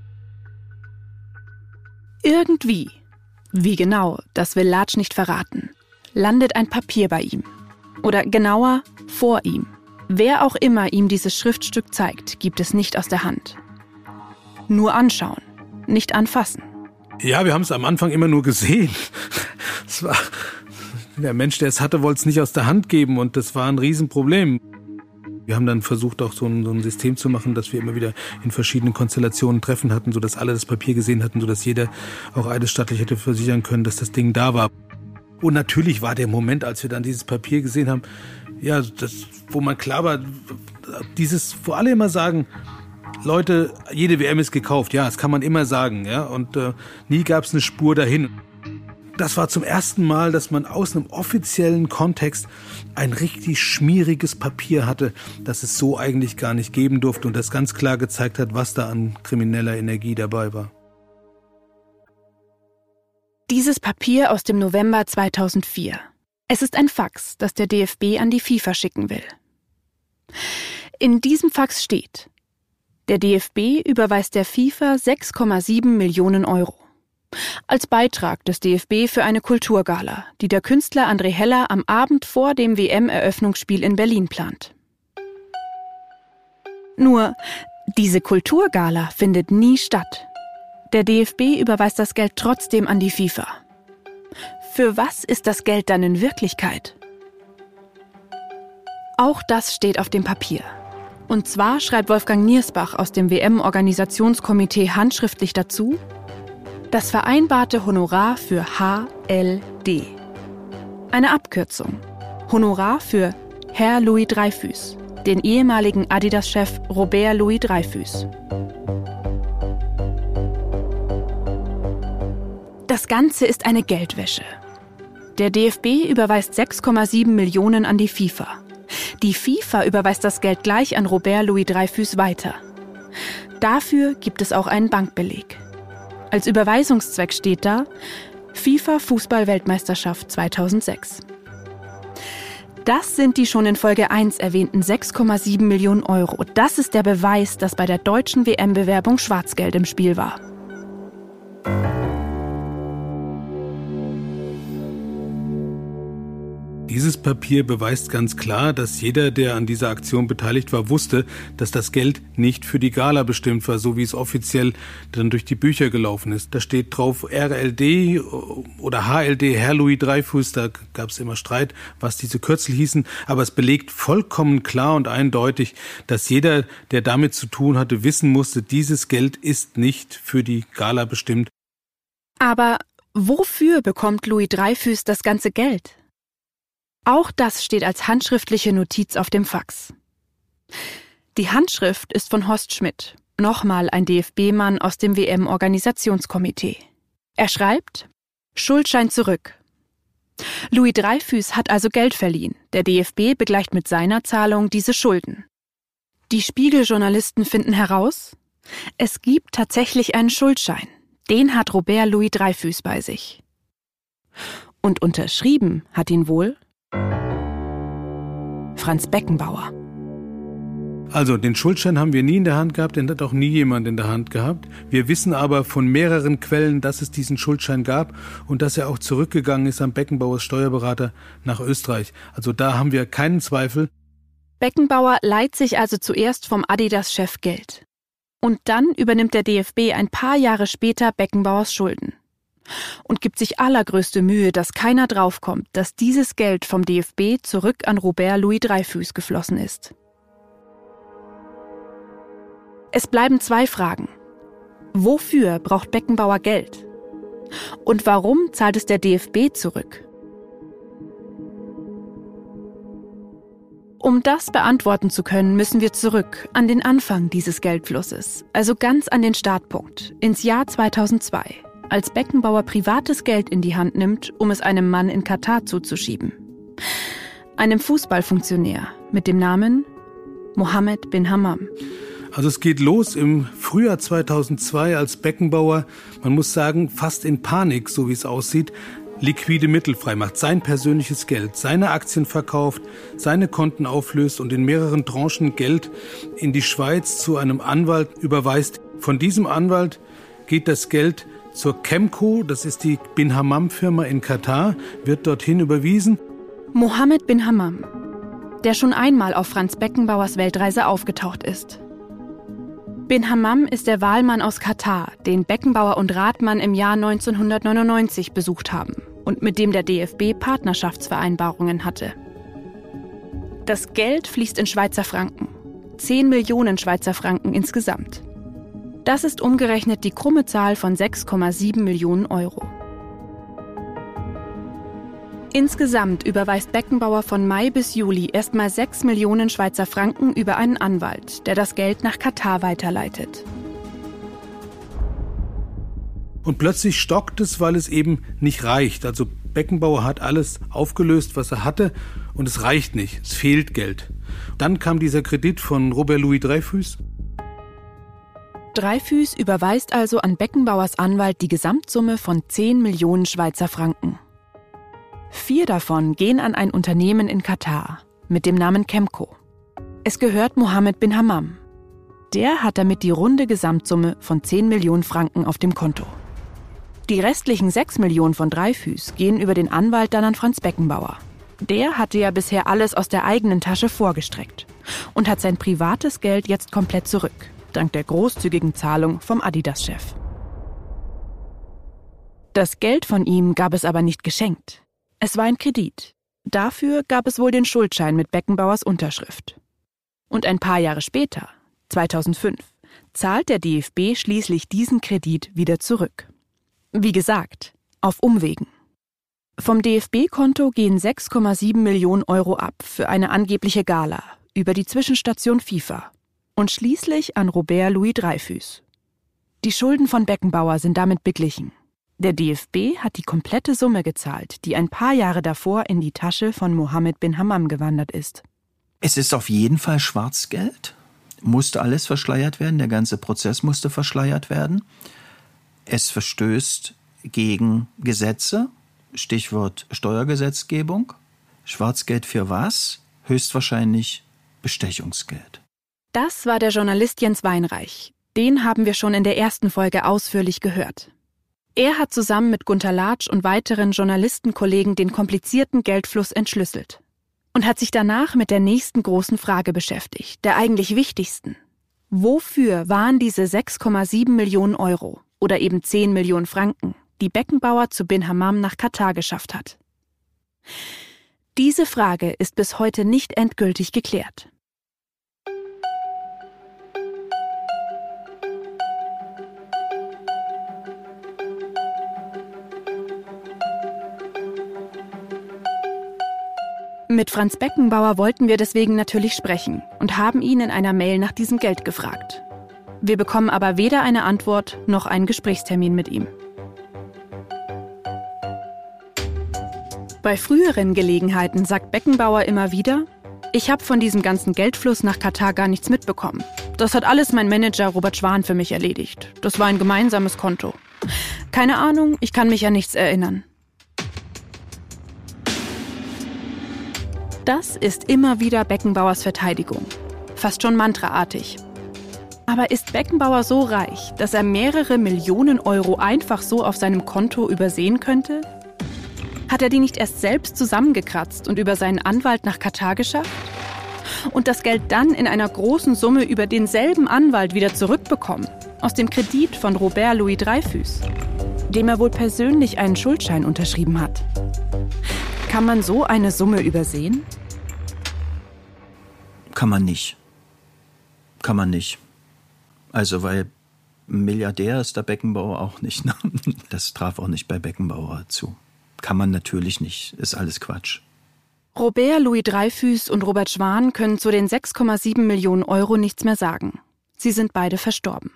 Irgendwie, wie genau, das will Latsch nicht verraten, landet ein Papier bei ihm. Oder genauer, vor ihm. Wer auch immer ihm dieses Schriftstück zeigt, gibt es nicht aus der Hand. Nur anschauen, nicht anfassen. Ja, wir haben es am Anfang immer nur gesehen. Es war der Mensch, der es hatte, wollte es nicht aus der Hand geben und das war ein Riesenproblem. Wir haben dann versucht, auch so ein System zu machen, dass wir immer wieder in verschiedenen Konstellationen Treffen hatten, sodass alle das Papier gesehen hatten, sodass jeder auch eidesstattlich hätte versichern können, dass das Ding da war. Und natürlich war der Moment, als wir dann dieses Papier gesehen haben, ja, das, wo man klar war, dieses, wo alle immer sagen, Leute, jede WM ist gekauft. Ja, das kann man immer sagen. Ja, und nie gab es eine Spur dahin. das war zum ersten Mal, dass man aus einem offiziellen Kontext ein richtig schmieriges Papier hatte, das es so eigentlich gar nicht geben durfte und das ganz klar gezeigt hat, was da an krimineller Energie dabei war. Dieses Papier aus dem November 2004. Es ist ein Fax, das der DFB an die FIFA schicken will. In diesem Fax steht: Der DFB überweist der FIFA 6,7 Millionen Euro. Als Beitrag des DFB für eine Kulturgala, die der Künstler André Heller am Abend vor dem WM-Eröffnungsspiel in Berlin plant. Nur, diese Kulturgala findet nie statt. Der DFB überweist das Geld trotzdem an die FIFA. Für was ist das Geld dann in Wirklichkeit? Auch das steht auf dem Papier. Und zwar schreibt Wolfgang Niersbach aus dem WM-Organisationskomitee handschriftlich dazu: Das vereinbarte Honorar für HLD. Eine Abkürzung. Honorar für Herr Louis Dreyfus, den ehemaligen Adidas-Chef Robert Louis Dreyfus. Das Ganze ist eine Geldwäsche. Der DFB überweist 6,7 Millionen an die FIFA. Die FIFA überweist das Geld gleich an Robert Louis Dreyfus weiter. Dafür gibt es auch einen Bankbeleg. Als Überweisungszweck steht da: FIFA Fußball-Weltmeisterschaft 2006. Das sind die schon in Folge 1 erwähnten 6,7 Millionen Euro. Das ist der Beweis, dass bei der deutschen WM-Bewerbung Schwarzgeld im Spiel war. Dieses Papier beweist ganz klar, dass jeder, der an dieser Aktion beteiligt war, wusste, dass das Geld nicht für die Gala bestimmt war, so wie es offiziell dann durch die Bücher gelaufen ist. Da steht drauf RLD oder HLD, Herr Louis Dreyfus, da gab es immer Streit, was diese Kürzel hießen, aber es belegt vollkommen klar und eindeutig, dass jeder, der damit zu tun hatte, wissen musste, dieses Geld ist nicht für die Gala bestimmt. Aber wofür bekommt Louis Dreyfus das ganze Geld? Auch das steht als handschriftliche Notiz auf dem Fax. Die Handschrift ist von Horst Schmidt, nochmal ein DFB-Mann aus dem WM-Organisationskomitee. Er schreibt: Schuldschein zurück. Louis Dreyfus hat also Geld verliehen. Der DFB begleicht mit seiner Zahlung diese Schulden. Die Spiegel-Journalisten finden heraus: Es gibt tatsächlich einen Schuldschein. Den hat Robert Louis Dreyfus bei sich. Und unterschrieben hat ihn wohl Franz Beckenbauer. Also den Schuldschein haben wir nie in der Hand gehabt, den hat auch nie jemand in der Hand gehabt. Wir wissen aber von mehreren Quellen, dass es diesen Schuldschein gab und dass er auch zurückgegangen ist an Beckenbauers Steuerberater nach Österreich. Also da haben wir keinen Zweifel. Beckenbauer leiht sich also zuerst vom Adidas-Chef Geld. Und dann übernimmt der DFB ein paar Jahre später Beckenbauers Schulden. Und gibt sich allergrößte Mühe, dass keiner draufkommt, dass dieses Geld vom DFB zurück an Robert Louis Dreyfus geflossen ist. Es bleiben 2 Fragen. Wofür braucht Beckenbauer Geld? Und warum zahlt es der DFB zurück? Um das beantworten zu können, müssen wir zurück an den Anfang dieses Geldflusses, also ganz an den Startpunkt, ins Jahr 2002. Als Beckenbauer privates Geld in die Hand nimmt, um es einem Mann in Katar zuzuschieben. Einem Fußballfunktionär mit dem Namen Mohammed bin Hammam. Also es geht los im Frühjahr 2002, als Beckenbauer, man muss sagen, fast in Panik, so wie es aussieht, liquide Mittel freimacht, sein persönliches Geld, seine Aktien verkauft, seine Konten auflöst und in mehreren Tranchen Geld in die Schweiz zu einem Anwalt überweist. Von diesem Anwalt geht das Geld zur Chemco, das ist die Bin Hammam-Firma in Katar, wird dorthin überwiesen. Mohammed bin Hammam, der schon einmal auf Franz Beckenbauers Weltreise aufgetaucht ist. Bin Hammam ist der Wahlmann aus Katar, den Beckenbauer und Rathmann im Jahr 1999 besucht haben und mit dem der DFB Partnerschaftsvereinbarungen hatte. Das Geld fließt in Schweizer Franken, 10 Millionen Schweizer Franken insgesamt. Das ist umgerechnet die krumme Zahl von 6,7 Millionen Euro. Insgesamt überweist Beckenbauer von Mai bis Juli erstmal 6 Millionen Schweizer Franken über einen Anwalt, der das Geld nach Katar weiterleitet. Und plötzlich stockt es, weil es eben nicht reicht. Also Beckenbauer hat alles aufgelöst, was er hatte, und es reicht nicht. Es fehlt Geld. Dann kam dieser Kredit von Robert Louis Dreyfus. Dreyfus überweist also an Beckenbauers Anwalt die Gesamtsumme von 10 Millionen Schweizer Franken. 4 davon gehen an ein Unternehmen in Katar mit dem Namen Chemco. Es gehört Mohammed bin Hammam. Der hat damit die runde Gesamtsumme von 10 Millionen Franken auf dem Konto. Die restlichen 6 Millionen von Dreyfus gehen über den Anwalt dann an Franz Beckenbauer. Der hatte ja bisher alles aus der eigenen Tasche vorgestreckt und hat sein privates Geld jetzt komplett zurück, dank der großzügigen Zahlung vom Adidas-Chef. Das Geld von ihm gab es aber nicht geschenkt. Es war ein Kredit. Dafür gab es wohl den Schuldschein mit Beckenbauers Unterschrift. Und ein paar Jahre später, 2005, zahlt der DFB schließlich diesen Kredit wieder zurück. Wie gesagt, auf Umwegen. Vom DFB-Konto gehen 6,7 Millionen Euro ab für eine angebliche Gala über die Zwischenstation FIFA und schließlich an Robert Louis Dreyfus. Die Schulden von Beckenbauer sind damit beglichen. Der DFB hat die komplette Summe gezahlt, die ein paar Jahre davor in die Tasche von Mohammed bin Hammam gewandert ist. Es ist auf jeden Fall Schwarzgeld. Musste alles verschleiert werden, der ganze Prozess musste verschleiert werden. Es verstößt gegen Gesetze, Stichwort Steuergesetzgebung. Schwarzgeld für was? Höchstwahrscheinlich Bestechungsgeld. Das war der Journalist Jens Weinreich. Den haben wir schon in der ersten Folge ausführlich gehört. Er hat zusammen mit Gunter Latsch und weiteren Journalistenkollegen den komplizierten Geldfluss entschlüsselt und hat sich danach mit der nächsten großen Frage beschäftigt, der eigentlich wichtigsten. Wofür waren diese 6,7 Millionen Euro oder eben 10 Millionen Franken, die Beckenbauer zu bin Hammam nach Katar geschafft hat? Diese Frage ist bis heute nicht endgültig geklärt. Mit Franz Beckenbauer wollten wir deswegen natürlich sprechen und haben ihn in einer Mail nach diesem Geld gefragt. Wir bekommen aber weder eine Antwort noch einen Gesprächstermin mit ihm. Bei früheren Gelegenheiten sagt Beckenbauer immer wieder: Ich habe von diesem ganzen Geldfluss nach Katar gar nichts mitbekommen. Das hat alles mein Manager Robert Schwan für mich erledigt. Das war ein gemeinsames Konto. Keine Ahnung, ich kann mich an nichts erinnern. Das ist immer wieder Beckenbauers Verteidigung. Fast schon mantraartig. Aber ist Beckenbauer so reich, dass er mehrere Millionen Euro einfach so auf seinem Konto übersehen könnte? Hat er die nicht erst selbst zusammengekratzt und über seinen Anwalt nach Katar geschafft? Und das Geld dann in einer großen Summe über denselben Anwalt wieder zurückbekommen? Aus dem Kredit von Robert Louis Dreyfus, dem er wohl persönlich einen Schuldschein unterschrieben hat. Kann man so eine Summe übersehen? Kann man nicht. Kann man nicht. Also, weil Milliardär ist der Beckenbauer auch nicht. Ne? Das traf auch nicht bei Beckenbauer zu. Kann man natürlich nicht. Ist alles Quatsch. Robert Louis Dreyfus und Robert Schwan können zu den 6,7 Millionen Euro nichts mehr sagen. Sie sind beide verstorben.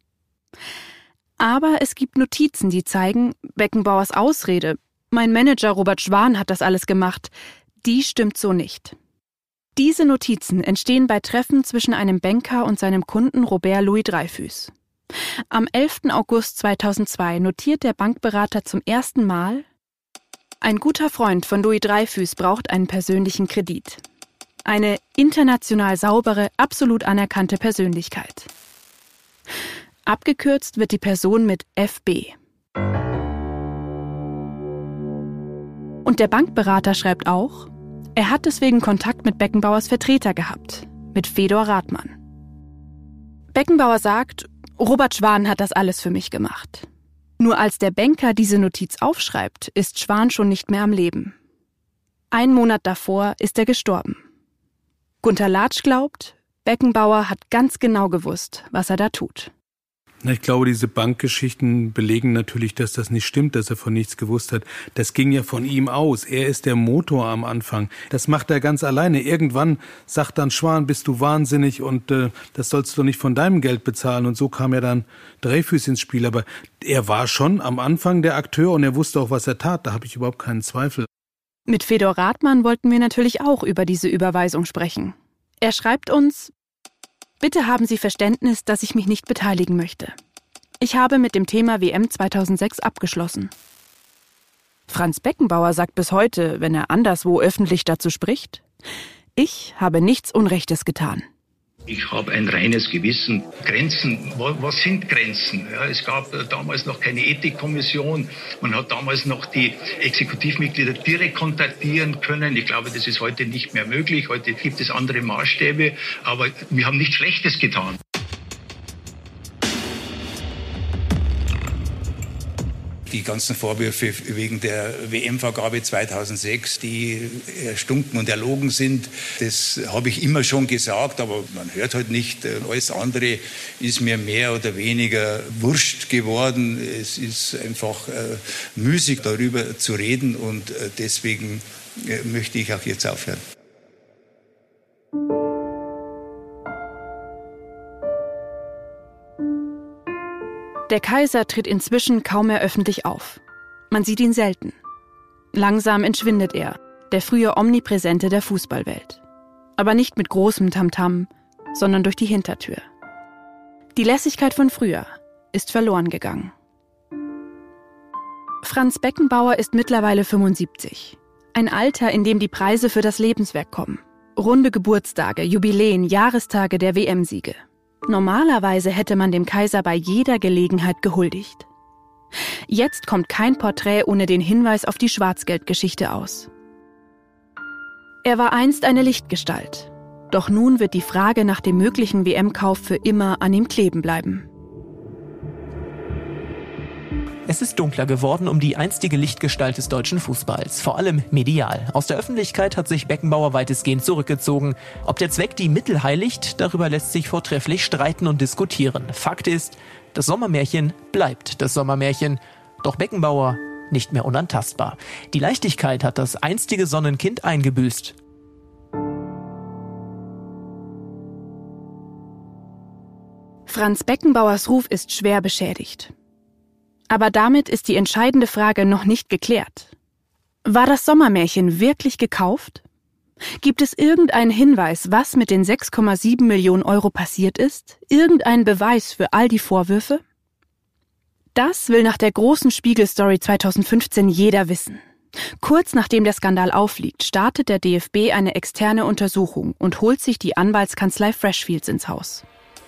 Aber es gibt Notizen, die zeigen, Beckenbauers Ausrede, mein Manager Robert Schwan hat das alles gemacht, die stimmt so nicht. Diese Notizen entstehen bei Treffen zwischen einem Banker und seinem Kunden Robert Louis Dreyfus. Am 11. August 2002 notiert der Bankberater zum ersten Mal: Ein guter Freund von Louis Dreyfus braucht einen persönlichen Kredit. Eine international saubere, absolut anerkannte Persönlichkeit. Abgekürzt wird die Person mit FB. Und der Bankberater schreibt auch, er hat deswegen Kontakt mit Beckenbauers Vertreter gehabt, mit Fedor Rathmann. Beckenbauer sagt, Robert Schwan hat das alles für mich gemacht. Nur als der Banker diese Notiz aufschreibt, ist Schwan schon nicht mehr am Leben. 1 Monat davor ist er gestorben. Gunter Latsch glaubt, Beckenbauer hat ganz genau gewusst, was er da tut. Ich glaube, diese Bankgeschichten belegen natürlich, dass das nicht stimmt, dass er von nichts gewusst hat. Das ging ja von ihm aus. Er ist der Motor am Anfang. Das macht er ganz alleine. Irgendwann sagt dann Schwan, bist du wahnsinnig und das sollst du nicht von deinem Geld bezahlen. Und so kam ja dann Dreyfus ins Spiel. Aber er war schon am Anfang der Akteur und er wusste auch, was er tat. Da habe ich überhaupt keinen Zweifel. Mit Fedor Rathmann wollten wir natürlich auch über diese Überweisung sprechen. Er schreibt uns: Bitte haben Sie Verständnis, dass ich mich nicht beteiligen möchte. Ich habe mit dem Thema WM 2006 abgeschlossen. Franz Beckenbauer sagt bis heute, wenn er anderswo öffentlich dazu spricht: Ich habe nichts Unrechtes getan. Ich habe ein reines Gewissen. Grenzen, was sind Grenzen? Ja, es gab damals noch keine Ethikkommission. Man hat damals noch die Exekutivmitglieder direkt kontaktieren können. Ich glaube, das ist heute nicht mehr möglich. Heute gibt es andere Maßstäbe. Aber wir haben nichts Schlechtes getan. Die ganzen Vorwürfe wegen der WM-Vergabe 2006, die erstunken und erlogen sind, das habe ich immer schon gesagt, aber man hört halt nicht. Alles andere ist mir mehr oder weniger wurscht geworden. Es ist einfach müßig, darüber zu reden und deswegen möchte ich auch jetzt aufhören. Der Kaiser tritt inzwischen kaum mehr öffentlich auf. Man sieht ihn selten. Langsam entschwindet er, der früher Omnipräsente der Fußballwelt. Aber nicht mit großem Tamtam, sondern durch die Hintertür. Die Lässigkeit von früher ist verloren gegangen. Franz Beckenbauer ist mittlerweile 75. Ein Alter, in dem die Preise für das Lebenswerk kommen. Runde Geburtstage, Jubiläen, Jahrestage der WM-Siege. Normalerweise hätte man dem Kaiser bei jeder Gelegenheit gehuldigt. Jetzt kommt kein Porträt ohne den Hinweis auf die Schwarzgeldgeschichte aus. Er war einst eine Lichtgestalt. Doch nun wird die Frage nach dem möglichen WM-Kauf für immer an ihm kleben bleiben. Es ist dunkler geworden um die einstige Lichtgestalt des deutschen Fußballs, vor allem medial. Aus der Öffentlichkeit hat sich Beckenbauer weitestgehend zurückgezogen. Ob der Zweck die Mittel heiligt, darüber lässt sich vortrefflich streiten und diskutieren. Fakt ist, das Sommermärchen bleibt das Sommermärchen. Doch Beckenbauer nicht mehr unantastbar. Die Leichtigkeit hat das einstige Sonnenkind eingebüßt. Franz Beckenbauers Ruf ist schwer beschädigt. Aber damit ist die entscheidende Frage noch nicht geklärt. War das Sommermärchen wirklich gekauft? Gibt es irgendeinen Hinweis, was mit den 6,7 Millionen Euro passiert ist? Irgendeinen Beweis für all die Vorwürfe? Das will nach der großen Spiegel-Story 2015 jeder wissen. Kurz nachdem der Skandal aufliegt, startet der DFB eine externe Untersuchung und holt sich die Anwaltskanzlei Freshfields ins Haus.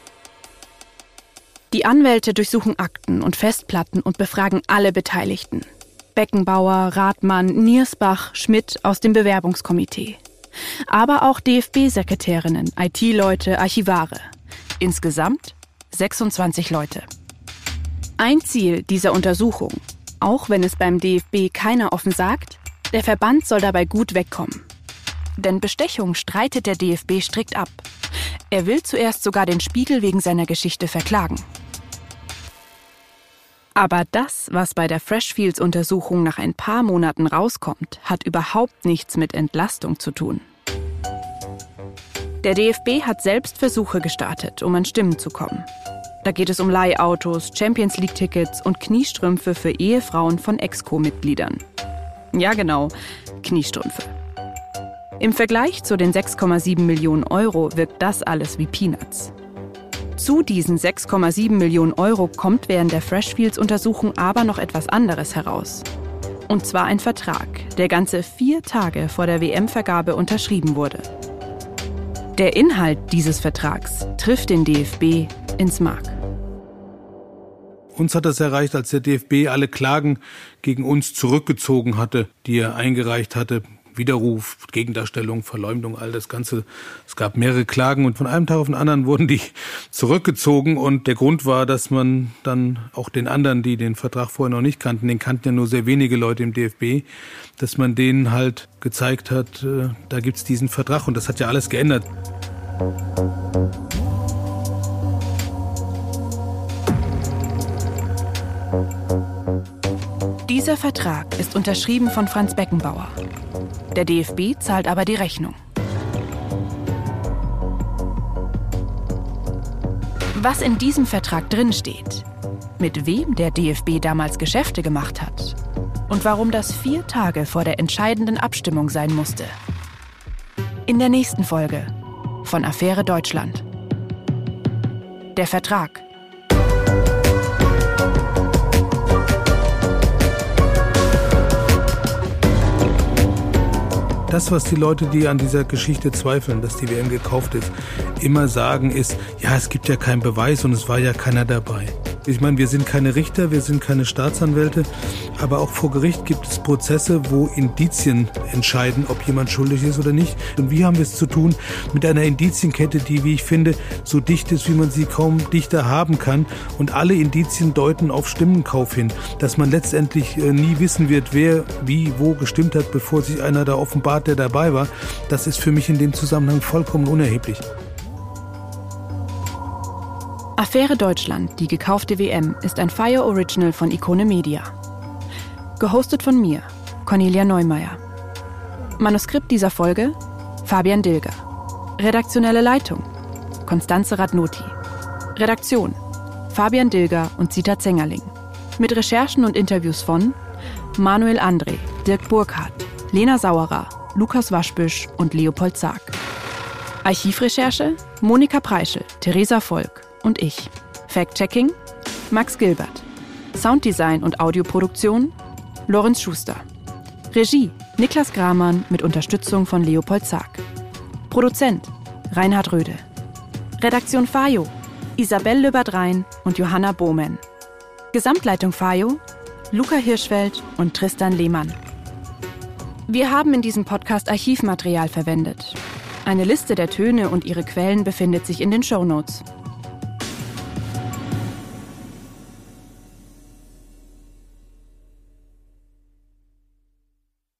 Die Anwälte durchsuchen Akten und Festplatten und befragen alle Beteiligten. Beckenbauer, Rathmann, Niersbach, Schmidt aus dem Bewerbungskomitee. Aber auch DFB-Sekretärinnen, IT-Leute, Archivare. Insgesamt 26 Leute. Ein Ziel dieser Untersuchung, auch wenn es beim DFB keiner offen sagt, der Verband soll dabei gut wegkommen. Denn Bestechung streitet der DFB strikt ab. Er will zuerst sogar den Spiegel wegen seiner Geschichte verklagen. Aber das, was bei der Freshfields-Untersuchung nach ein paar Monaten rauskommt, hat überhaupt nichts mit Entlastung zu tun. Der DFB hat selbst Versuche gestartet, um an Stimmen zu kommen. Da geht es um Leihautos, Champions-League-Tickets und Kniestrümpfe für Ehefrauen von Exco-Mitgliedern. Ja genau, Kniestrümpfe. Im Vergleich zu den 6,7 Millionen Euro wirkt das alles wie Peanuts. Zu diesen 6,7 Millionen Euro kommt während der Freshfields-Untersuchung aber noch etwas anderes heraus. Und zwar ein Vertrag, der ganze 4 Tage vor der WM-Vergabe unterschrieben wurde. Der Inhalt dieses Vertrags trifft den DFB ins Mark. Uns hat das erreicht, als der DFB alle Klagen gegen uns zurückgezogen hatte, die er eingereicht hatte. Widerruf, Gegendarstellung, Verleumdung, all das Ganze. Es gab mehrere Klagen und von einem Tag auf den anderen wurden die zurückgezogen. Und der Grund war, dass man dann auch den anderen, die den Vertrag vorher noch nicht kannten, den kannten ja nur sehr wenige Leute im DFB, dass man denen halt gezeigt hat, da gibt's diesen Vertrag. Und das hat ja alles geändert. Dieser Vertrag ist unterschrieben von Franz Beckenbauer. Der DFB zahlt aber die Rechnung. Was in diesem Vertrag drinsteht, mit wem der DFB damals Geschäfte gemacht hat und warum das 4 Tage vor der entscheidenden Abstimmung sein musste. In der nächsten Folge von Affäre Deutschland. Der Vertrag. Das, was die Leute, die an dieser Geschichte zweifeln, dass die WM gekauft ist, immer sagen, ist, ja, es gibt ja keinen Beweis und es war ja keiner dabei. Ich meine, wir sind keine Richter, wir sind keine Staatsanwälte, aber auch vor Gericht gibt es Prozesse, wo Indizien entscheiden, ob jemand schuldig ist oder nicht. Und wir haben es zu tun mit einer Indizienkette, die, wie ich finde, so dicht ist, wie man sie kaum dichter haben kann. Und alle Indizien deuten auf Stimmenkauf hin, dass man letztendlich nie wissen wird, wer wie wo gestimmt hat, bevor sich einer da offenbart, der dabei war. Das ist für mich in dem Zusammenhang vollkommen unerheblich. Affäre Deutschland, die gekaufte WM, ist ein Fire Original von Ikone Media. Gehostet von mir, Cornelia Neumeier. Manuskript dieser Folge, Fabian Dilger. Redaktionelle Leitung, Constanze Radnoti. Redaktion, Fabian Dilger und Zita Zengerling. Mit Recherchen und Interviews von Manuel André, Dirk Burkhardt, Lena Sauerer, Lukas Waschbüsch und Leopold Zag. Archivrecherche, Monika Preischel, Theresa Volk und ich. Fact-Checking, Max Gilbert. Sounddesign und Audioproduktion, Lorenz Schuster. Regie, Niklas Gramann mit Unterstützung von Leopold Zag. Produzent, Reinhard Röde. Redaktion Fajo, Isabel Löbert-Rhein und Johanna Bohmen. Gesamtleitung Fajo, Luca Hirschfeld und Tristan Lehmann. Wir haben in diesem Podcast Archivmaterial verwendet. Eine Liste der Töne und ihre Quellen befindet sich in den Shownotes.